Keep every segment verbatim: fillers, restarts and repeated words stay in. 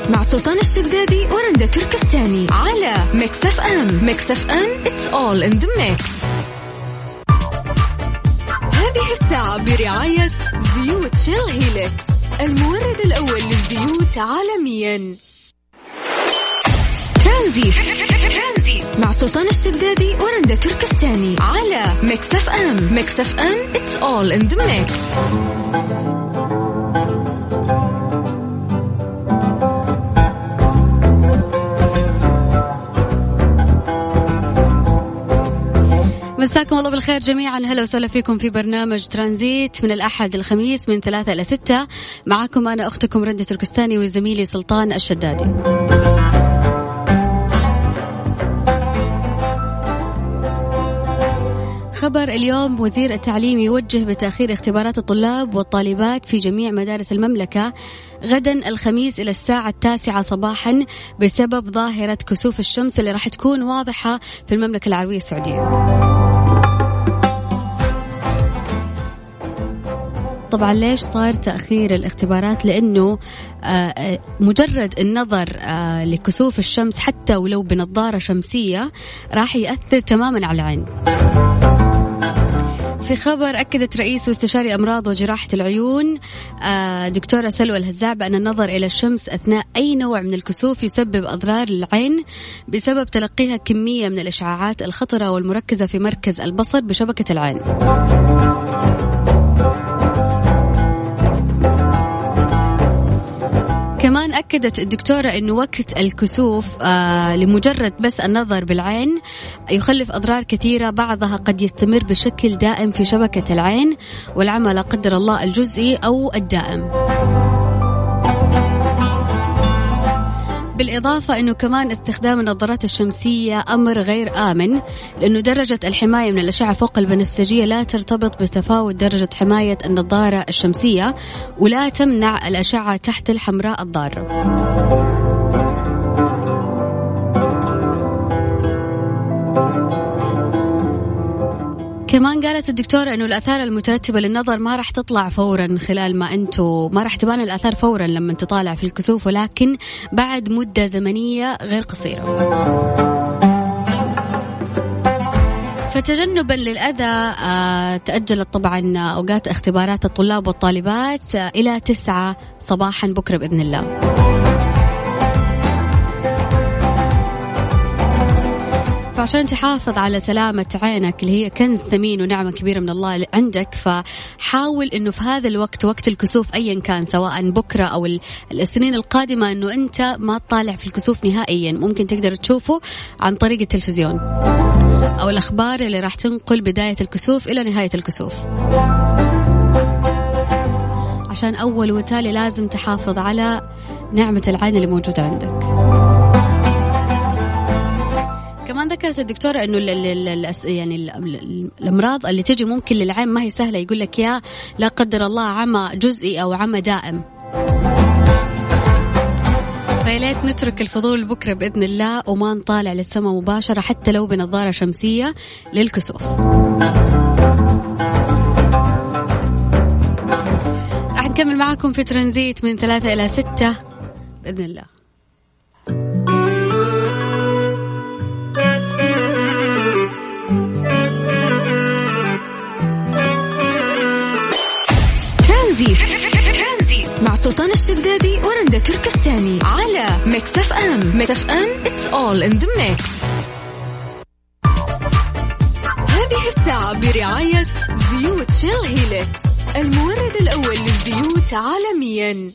مع سلطان الشدادي ورندا تركستاني على ميكس اف ام. ميكس اف ام it's all in the mix. هذه الساعة برعاية زيوت شيل هيلكس، المورد الأول للزيوت عالميا. ترانزيت مع سلطان الشدادي ورندا تركستاني على ميكس اف ام. ميكس اف ام it's all in the mix. مساكم الله بالخير جميعا، هلا وسهلا فيكم في برنامج ترانزيت من الأحد الخميس من ثلاثة إلى ستة. معكم أنا أختكم رندة تركستاني وزميلي سلطان الشدادي. خبر اليوم: وزير التعليم يوجه بتأخير اختبارات الطلاب والطالبات في جميع مدارس المملكة غدا الخميس إلى الساعة التاسعة صباحا بسبب ظاهرة كسوف الشمس اللي راح تكون واضحة في المملكة العربية السعودية. طبعا ليش صار تأخير الاختبارات؟ لأنه مجرد النظر لكسوف الشمس حتى ولو بنظارة شمسية راح يأثر تماما على العين. في خبر: أكدت رئيس واستشاري أمراض وجراحة العيون دكتورة سلوى الهزاع بأن النظر إلى الشمس أثناء أي نوع من الكسوف يسبب أضرار للعين بسبب تلقيها كمية من الإشعاعات الخطرة والمركزة في مركز البصر بشبكة العين. كمان أكدت الدكتورة أنه وقت الكسوف آه لمجرد بس النظر بالعين يخلف أضرار كثيرة، بعضها قد يستمر بشكل دائم في شبكة العين والعمى لا قدر الله الجزئي أو الدائم. بالإضافة أنه كمان استخدام النظارات الشمسية أمر غير آمن، لأنه درجة الحماية من الأشعة فوق البنفسجية لا ترتبط بتفاوت درجة حماية النظارة الشمسية ولا تمنع الأشعة تحت الحمراء الضارة. كمان قالت الدكتورة أنه الآثار المترتبة للنظر ما راح تطلع فورا خلال ما أنتو ما راح تبان الآثار فورا لما تطالع في الكسوف، ولكن بعد مدة زمنية غير قصيرة. فتجنبا للأذى تأجلت طبعا أوقات اختبارات الطلاب والطالبات إلى تسعة صباحا بكرة بإذن الله. عشان تحافظ على سلامة عينك اللي هي كنز ثمين ونعمة كبيرة من الله عندك، فحاول إنه في هذا الوقت وقت الكسوف أيا كان سواء بكرة أو السنين القادمة إنه أنت ما تطالع في الكسوف نهائيا. ممكن تقدر تشوفه عن طريق التلفزيون أو الأخبار اللي راح تنقل بداية الكسوف إلى نهاية الكسوف، عشان أول وتالي لازم تحافظ على نعمة العين اللي موجودة عندك. كمان ذكرت الدكتورة إنه ال ال يعني ال الأمراض اللي تجي ممكن للعين ما هي سهلة، يقول لك يا لا قدر الله عمى جزئي أو عمى دائم. فيليت نترك الفضول بكرة بإذن الله وما نطالع للسماء مباشرة حتى لو بنظارة شمسية للكسوف. راح نكمل معاكم في ترانزيت من ثلاثة إلى ستة بإذن الله. مع سلطان الشدادي ورندا تركستاني على ميكس اف ام. ميكس اف ام it's all in the mix. هذه الساعة برعاية زيوت شيل هيلكس، المورد الأول للزيوت عالميا.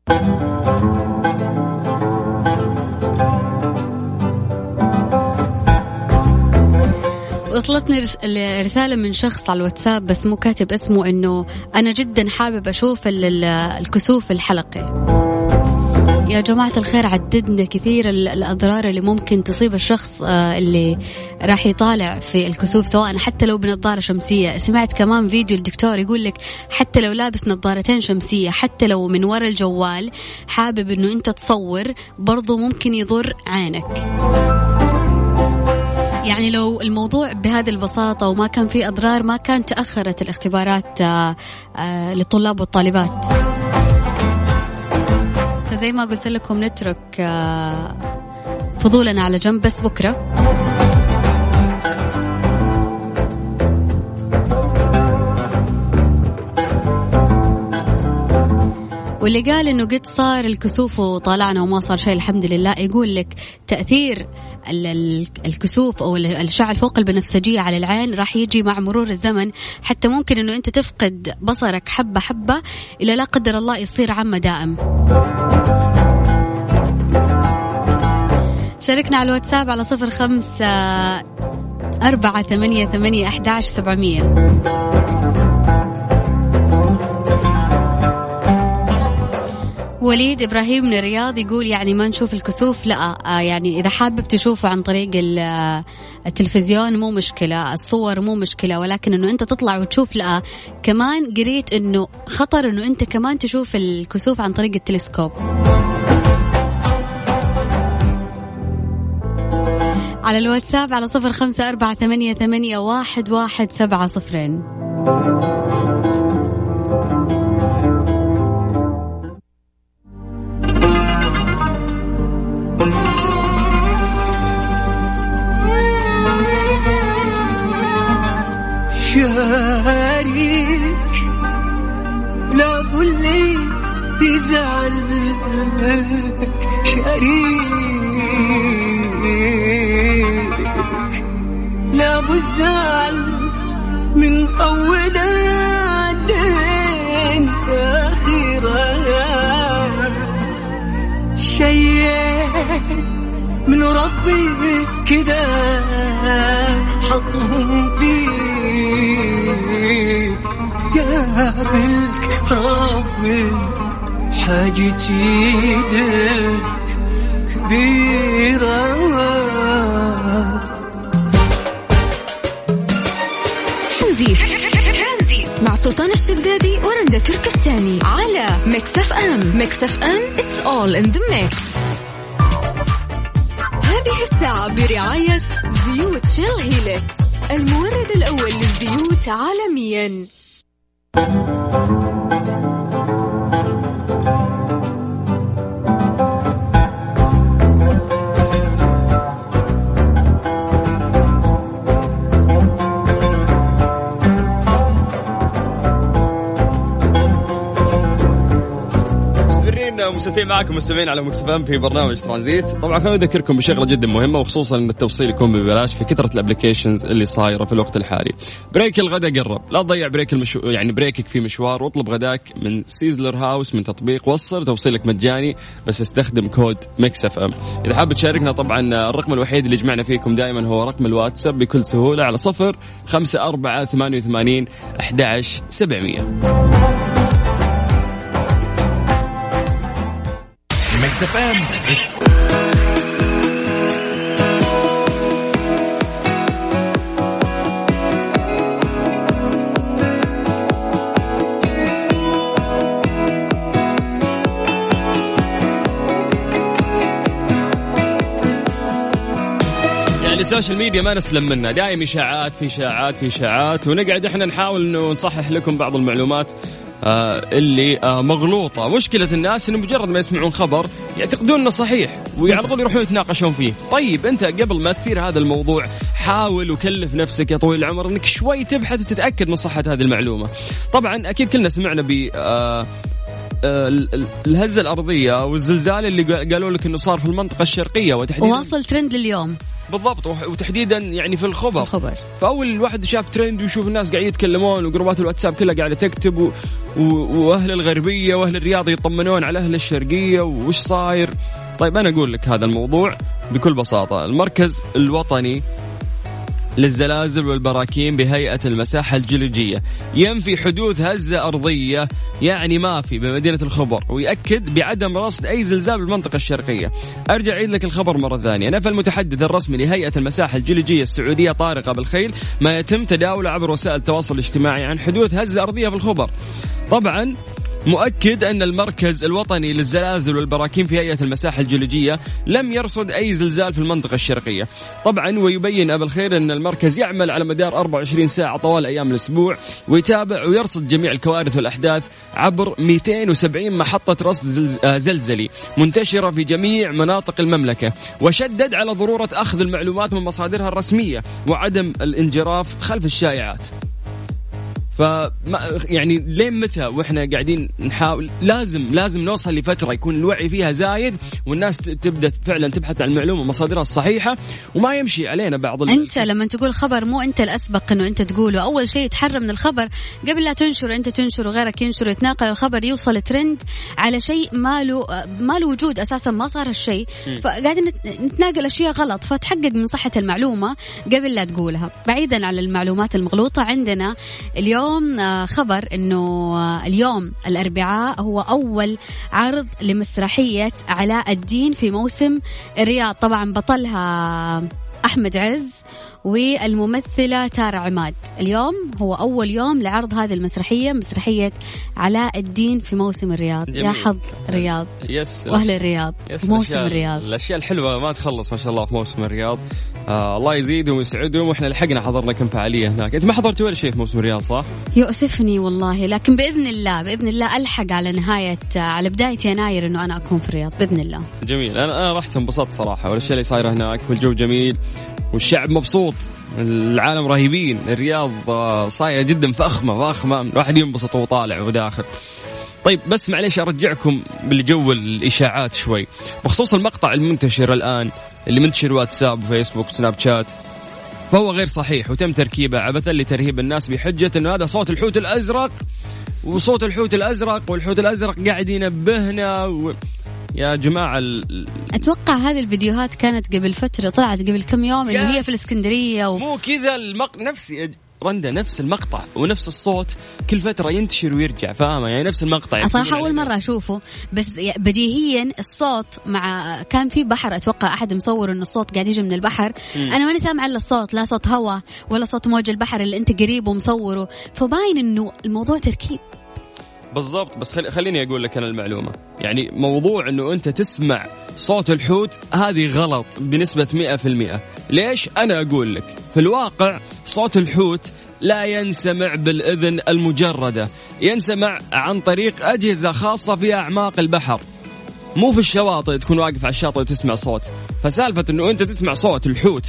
وصلتني رسالة من شخص على الواتساب بس مو كاتب اسمه إنه أنا جدا حابب أشوف الكسوف الحلقي. يا جماعة الخير عددنا كثير الأضرار اللي ممكن تصيب الشخص اللي راح يطالع في الكسوف سواء حتى لو بنظارة شمسية. سمعت كمان فيديو الدكتور يقول لك حتى لو لابس نظارتين شمسية حتى لو من وراء الجوال حابب إنه أنت تصور برضو ممكن يضر عينك. يعني لو الموضوع بهذه البساطة وما كان فيه أضرار ما كان تأخرت الاختبارات للطلاب والطالبات. زي ما قلت لكم نترك فضولنا على جنب بس بكرة. واللي قال إنه قد صار الكسوف وطالعنا وما صار شيء الحمد لله، يقول لك تأثير الكسوف أو الأشعة فوق البنفسجية على العين راح يجي مع مرور الزمن، حتى ممكن إنه أنت تفقد بصرك حبة حبة إلى لا قدر الله يصير عمى دائم. شاركنا على الواتساب على صفر خمسة أربعة ثمانية ثمانية أحد عشر سبعمية. وليد إبراهيم من الرياض يقول يعني ما نشوف الكسوف، لا يعني إذا حابب تشوفه عن طريق التلفزيون مو مشكلة، الصور مو مشكلة، ولكن إنه أنت تطلع وتشوف لا. كمان قريت إنه خطر إنه أنت كمان تشوف الكسوف عن طريق التلسكوب. على الواتساب على صفر خمسة أربعة ثمانية ثمانية واحد واحد سبعة صفرين. شاريك لا بلي يزعلك، شاريك لا بزعل من أول عدين آخرة، شيء من ربي كده حطهم فيك، قابلك ربي حاجتي لك كبيرة. ترانزيت مع سلطان الشدادي ورندا تركستاني على ميكس اف ام. ميكس اف ام it's all in the mix. هذه الساعة برعاية زيوت شيل هيلكس، المورد الأول للزيوت عالميا. مستمتعين معكم مستمعين على ميكس اف ام في برنامج ترانزيت. طبعا خلينا نذكركم بشغله جدا مهمه، وخصوصا ان التوصيل يكون ببلاش في كثره الابلكيشنز اللي صايره في الوقت الحالي. بريك الغداء قرب، لا تضيع بريك المشو... يعني بريكك في مشوار، واطلب غداك من سيزلر هاوس من تطبيق وصل، توصيلك مجاني بس استخدم كود ميكس اف ام. اذا حاب تشاركنا طبعا الرقم الوحيد اللي يجمعنا فيكم دائما هو رقم الواتساب بكل سهوله على صفر خمسة أربعة ثمانية وثمانين أحد عشر سبعمية. Mix اف ام. يعني السوشيال ميديا ما نسلم منها، دائما إشاعات في إشاعات في إشاعات، ونقعد إحنا نحاول إنه نصحح لكم بعض المعلومات آه اللي آه مغلوطة. مشكلة الناس إنه مجرد ما يسمعون خبر يعتقدون إنه صحيح وعلى طول يروحون يتناقشون فيه. طيب أنت قبل ما تثير هذا الموضوع حاول وكلف نفسك يا طويل العمر إنك شوي تبحث وتتأكد من صحة هذه المعلومة. طبعا أكيد كلنا سمعنا ب آه الهزة الأرضية والزلزال اللي قالوا لك إنه صار في المنطقة الشرقية وتحديدا واصل ترند لليوم بالضبط، وتحديدا يعني في الخبر. الخبر. فأول الواحد شاف ترند ويشوف الناس قاعدين يتكلمون وجروبات الواتساب كلها قاعدة تكتب و... و... وأهل الغربية وأهل الرياض يطمنون على أهل الشرقية وش صاير. طيب أنا أقول لك هذا الموضوع بكل بساطة. المركز الوطني للزلازل والبراكين بهيئة المساحة الجيولوجية ينفي حدوث هزة أرضية، يعني ما في بمدينة الخبر، ويأكد بعدم رصد أي زلزال بالمنطقة الشرقية. أرجع أعيد لك الخبر مرة ثانية. نفى المتحدث الرسمي لهيئة المساحة الجيولوجية السعودية طارق أبو الخيل ما يتم تداوله عبر وسائل التواصل الاجتماعي عن حدوث هزة أرضية في الخبر. طبعا مؤكد أن المركز الوطني للزلازل والبراكين في هيئة المساحة الجيولوجية لم يرصد أي زلزال في المنطقة الشرقية. طبعا ويبين أبو الخير أن المركز يعمل على مدار أربعة وعشرين ساعة طوال أيام الأسبوع، ويتابع ويرصد جميع الكوارث والأحداث عبر مئتين وسبعين محطة رصد زلزلي منتشرة في جميع مناطق المملكة، وشدد على ضرورة أخذ المعلومات من مصادرها الرسمية وعدم الانجراف خلف الشائعات. ف يعني لين متى واحنا قاعدين نحاول؟ لازم لازم نوصل لفتره يكون الوعي فيها زايد، والناس تبدا فعلا تبحث عن المعلومه ومصادرها الصحيحه، وما يمشي علينا بعض ال... انت لما تقول خبر مو انت الاسبق انه انت تقوله. اول شيء تحرر من الخبر قبل لا تنشر، انت تنشر وغيرك ينشر، يتناقل الخبر، يوصل ترند على شيء ما له ما له وجود اساسا، ما صار الشيء، فقاعدين نتناقل اشياء غلط. فتحقق من صحه المعلومه قبل لا تقولها. بعيدا عن المعلومات المغلوطه، عندنا اليوم خبر انه اليوم الاربعاء هو اول عرض لمسرحية علاء الدين في موسم الرياض. طبعا بطلها احمد عز والممثلة تارة عماد. اليوم هو أول يوم لعرض هذه المسرحية، مسرحية علاء الدين في موسم الرياض. جميل. يا حظ الرياض يس. وأهل الرياض في موسم الرياض. الأشياء الحلوة ما تخلص ما شاء الله في موسم الرياض. آه الله يزيدهم ويسعدهم، وإحنا لحقنا حضرنا كم فعالية هناك. أنت ما حضرتي ولا شيء في موسم الرياض صح؟ يؤسفني والله، لكن بإذن الله بإذن الله ألحق على نهاية على بداية يناير إنه أنا أكون في الرياض بإذن الله. جميل. أنا أنا رحت انبسطت صراحة، والأشياء اللي صايرة هناك والجو جميل والشعب مبسوط، العالم رهيبين، الرياض صايرة جدا فخمة فخمة، الواحد ينبسط وطالع وداخل. طيب بس معليش أرجعكم بالجو الإشاعات شوي بخصوص المقطع المنتشر الآن اللي منتشر واتساب وفيسبوك وسناب شات، فهو غير صحيح وتم تركيبه عبثا لترهيب الناس بحجة أنه هذا صوت الحوت الأزرق، وصوت الحوت الأزرق والحوت الأزرق قاعد ينبهنا و... يا جماعة ال... أتوقع هذه الفيديوهات كانت قبل فترة، طلعت قبل كم يوم إنه هي في الإسكندرية و... مو كذا المقطع نفسي رندا، نفس المقطع ونفس الصوت كل فترة ينتشر ويرجع، فاهمة يعني نفس المقطع. صراحة أول مرة أشوفه، بس بديهيا الصوت مع كان في بحر، أتوقع أحد مصور إنه الصوت قاعد يجي من البحر. م. أنا ماني سامع إلا الصوت، لا صوت هوا ولا صوت موج البحر اللي أنت قريب ومصوره، فباين إنه الموضوع تركيب. بالضبط. بس خليني أقول لك أنا المعلومة، يعني موضوع أنه أنت تسمع صوت الحوت هذه غلط بنسبة مئة في المئة. ليش؟ أنا أقول لك في الواقع صوت الحوت لا ينسمع بالإذن المجردة، ينسمع عن طريق أجهزة خاصة في أعماق البحر، مو في الشواطئ تكون واقف على الشاطئ وتسمع صوت. فسالفة أنه أنت تسمع صوت الحوت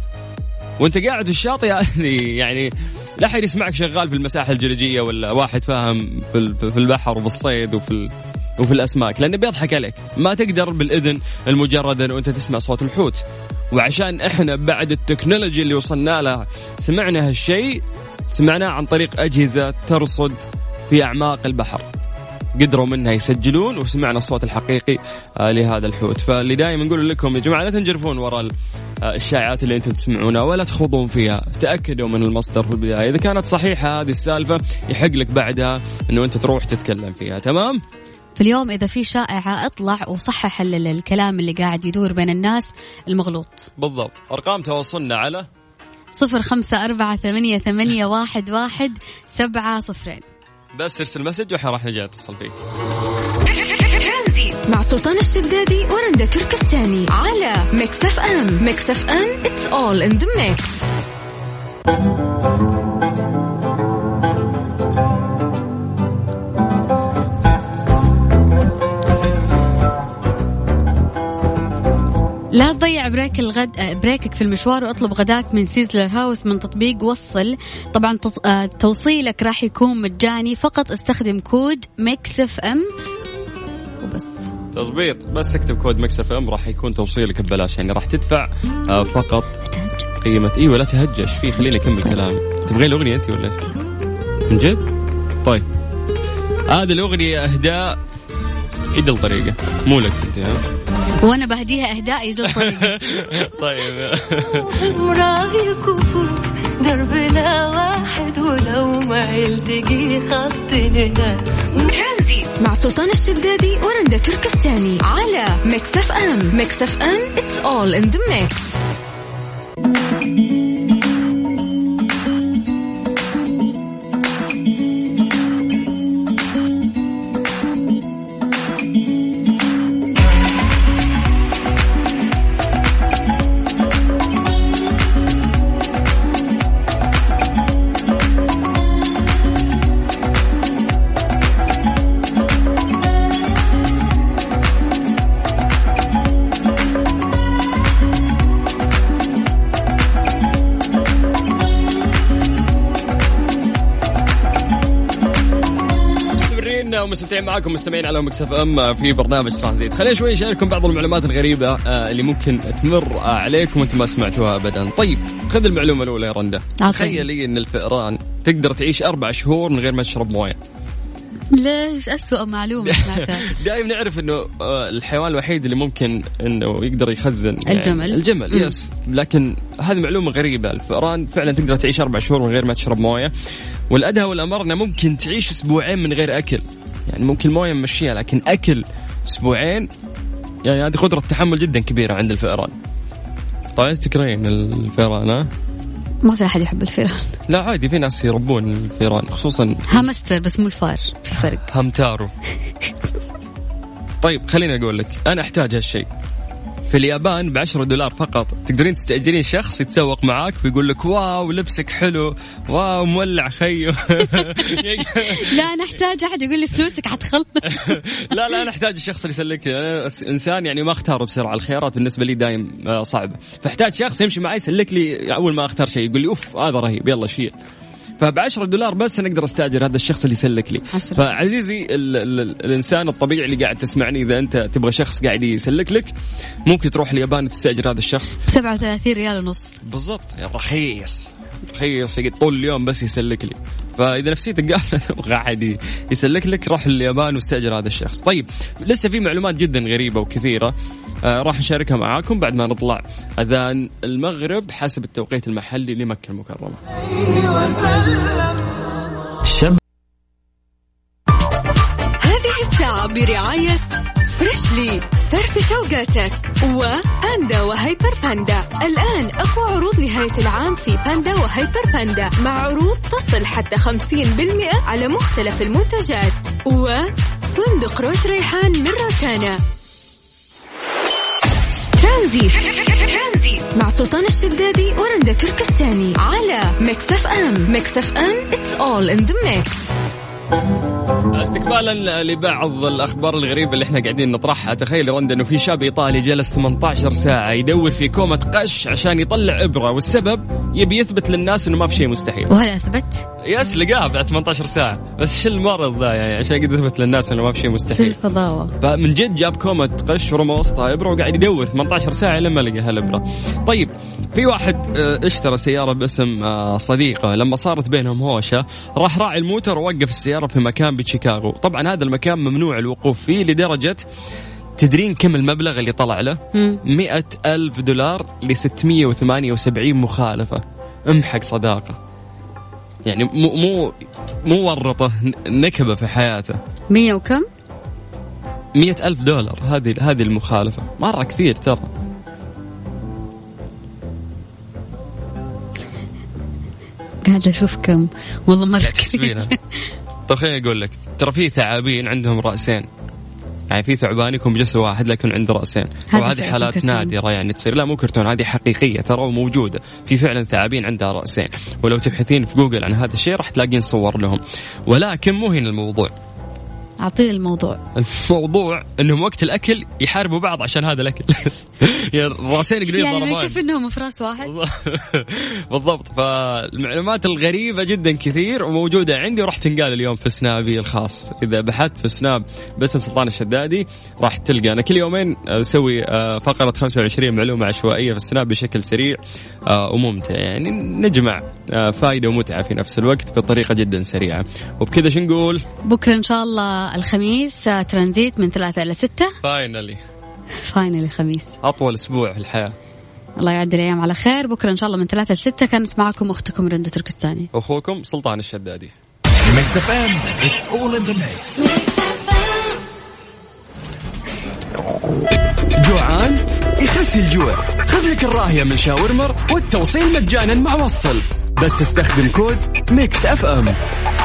وأنت قاعد في الشاطئ يعني لا حد يسمعك شغال في المساحة الجيولوجية ولا واحد فاهم في البحر وفي الصيد وفي وفي الأسماك، لأنه بيضحك عليك. ما تقدر بالإذن المجردة أنه أنت تسمع صوت الحوت. وعشان إحنا بعد التكنولوجيا اللي وصلنا لها سمعنا هالشيء، سمعناه عن طريق أجهزة ترصد في أعماق البحر، قدروا منها يسجلون وسمعنا الصوت الحقيقي لهذا الحوت. فاللي دائما نقول لكم يا جماعة لا تنجرفون وراء الشائعات اللي أنتم تسمعونها ولا تخوضون فيها، تأكدوا من المصدر في البداية. إذا كانت صحيحة هذه السالفة يحق لك بعدها أنه أنت تروح تتكلم فيها. تمام؟ في اليوم إذا في شائعة اطلع وصحح الكلام اللي قاعد يدور بين الناس المغلوط. بالضبط. أرقام تواصلنا على صفر خمسة أربعة ثمانية ثمانية واحد واحد سبعة صفرين. بس ارسل مسج وحين راح نجي اتصل فيك. مع سلطان الشدادي ورندا تركستاني على ميكس اف ام. ميكس اف ام it's all in the mix. لا تضيع بريك الغد بريكك في المشوار واطلب غداك من سيزلر هاوس من تطبيق وصل. طبعا توصيلك راح يكون مجاني، فقط استخدم كود ميكس اف ام وبس. تظبيط، بس اكتب كود ميكس اف ام راح يكون توصيلك ببلاش، يعني راح تدفع فقط قيمة. ايوه لا تهجش فيه، خليني اكمل كلامي. تبغي الاغنية انت ولا من جد؟ طيب هذه الاغنية اهداء عيد الطريقة، مو لك انت ها، وانا بهديها اهداء يدل طيب. طيب وراغي الكفوف دربنا واحد ولو ما يلتقي خطنا. ترانزيت مع سلطان الشدادي ورندا تركستاني على ميكس اف ام. ميكس اف ام it's all in the mix. ومستمتعين معاكم مستمعين على مكس اف ام في برنامج ترانزيت. خلينا شوي نشارككم بعض المعلومات الغريبة اللي ممكن تمر عليكم وانتم ما سمعتوها أبدا. طيب خذ المعلومة الأولى يا رندا. تخيلي إن الفئران تقدر تعيش أربع شهور من غير ما تشرب موية. ليش؟ أسوأ معلومة سمعتها. دائما نعرف إنه الحيوان الوحيد اللي ممكن إنه يقدر يخزن يعني الجمل. الجمل م. يس، لكن هذه معلومة غريبة. الفئران فعلا تقدر تعيش أربع شهور من غير ما تشرب موية، والأدهى والأمر إنه ممكن تعيش أسبوعين من غير أكل. يعني ممكن موية مشيها، لكن أكل أسبوعين يعني هذه قدرة تحمل جدا كبيرة عند الفئران. طيب تكرهين الفئران؟ ها ما في أحد يحب الفئران. لا عادي، في ناس يربون الفئران خصوصا هامستر بس مو الفار، في فرق. همتارو. طيب خليني أقول لك أنا أحتاج هالشيء. في اليابان بعشرة دولار فقط تقدرين تستأجرين شخص يتسوق معاك ويقول لك واو لبسك حلو، واو مولع خيو. لا أنا أحتاج أحد يقول لي فلوسك حتخلص. لا لا أنا أحتاج الشخص اللي يسلك لي. أنا إنسان يعني ما أختاره بسرعة، الخيارات بالنسبة لي دايم صعبة، فاحتاج شخص يمشي معي يسلك لي أول ما أختار شيء يقول لي أوف هذا رهيب يلا شيل. فبعشرة دولار بس أنا أقدر أستأجر هذا الشخص اللي يسلك لي. فعزيزي ال ال الإنسان الطبيعي اللي قاعد تسمعني، إذا أنت تبغى شخص قاعد يسلك لك ممكن تروح اليابان وتستأجر هذا الشخص سبعة وثلاثين ريال ونص بالضبط. رخيص رخيص يقعد طول اليوم بس يسلك لي. فإذا نفسيتك قاعد قاعد يسلك لك روح اليابان واستأجر هذا الشخص. طيب لسه في معلومات جدا غريبة وكثيرة آه راح نشاركها معاكم بعد ما نطلع أذان المغرب حسب التوقيت المحلي لمكة المكرمة. هذه الساعة برعاية فريشلي فرف شوقاتك وباندا وهيبر باندا. الآن أقوى عروض نهاية العام في باندا وهيبر باندا مع عروض تصل حتى خمسين بالمئة على مختلف المنتجات. وفندق روش ريحان من روتانا. ترانزيت مع سلطان الشدادي ورندا تركستاني على ميكس اف ام. ميكس اف ام it's all in the mix. استكمالا لبعض الأخبار الغريبة اللي احنا قاعدين نطرحها، تخيل رندا انه في شاب إيطالي جلس ثمانية عشر ساعة يدور في كومة قش عشان يطلع إبرة، والسبب يبي يثبت للناس انه ما في شيء مستحيل. وهل أثبت؟ يس لقاه بعد ثمانية عشر ساعة، بس شو المرض ذا يعني عشان يقدر يثبت للناس انه ما في شيء مستحيل. شو الفضاوة؟ فمن جد جاب كومة قش ورمى وسطها إبرة وقاعد يدور ثمانية عشر ساعة لما لقى هالإبرة. طيب في واحد اشترى سيارة باسم صديقه، لما صارت بينهم هوشة راح راعي الموتر ووقف السيارة في مكان بشيكاغو. طبعا هذا المكان ممنوع الوقوف فيه لدرجة تدرين كم المبلغ اللي طلع له؟ مئة ألف دولار لستمية وثمانية وسبعين مخالفة. امحق صداقة يعني مو مو مو ورطه نكبة في حياته. مية وكم؟ مئة ألف دولار هذه هذه المخالفة، مرة كثير ترى. قاعد أشوف كم والله مرة كثير. طيب خليني أقول لك، ترى في ثعابين عندهم رأسين، يعني في ثعبان يكون بجسد واحد لكن عنده رأسين، وهذه حالات نادرة يعني تصير. لا مو كرتون، هذه حقيقية ترى وموجودة. في فعلا ثعابين عندها رأسين، ولو تبحثين في جوجل عن هذا الشيء راح تلاقين صور لهم. ولكن مو هنا الموضوع. أعطيني الموضوع. الموضوع إنهم وقت الأكل يحاربوا بعض عشان هذا الأكل. يعني راسين قريب ضربان. يعني كيف إنهم في راس واحد. بالضبط. فالمعلومات الغريبة جدا كثير وموجودة عندي وراح تنقال اليوم في سنابي الخاص. إذا بحثت في سناب باسم سلطان الشدادي راح تلقى. أنا كل يومين أسوي فقرة خمسة وعشرين معلومة عشوائية في السناب بشكل سريع وممتع، يعني نجمع فائدة ومتعة في نفس الوقت بطريقة جدا سريعة. وبكذا شو نقول؟ بكرة إن شاء الله الخميس ترانزيت من ثلاثة إلى ستة. فاينلي فاينلي خميس، أطول أسبوع في الحياة. الله يعد الأيام على خير. بكرة إن شاء الله من ثلاثة لستة. كانت معكم أختكم رندا تركستاني، أخوكم سلطان الشدادي. جوعان؟ يخسي الجوع. خذ لك الراهية من شاورمر والتوصيل مجانا مع وصل، بس استخدم كود ميكس اف ام.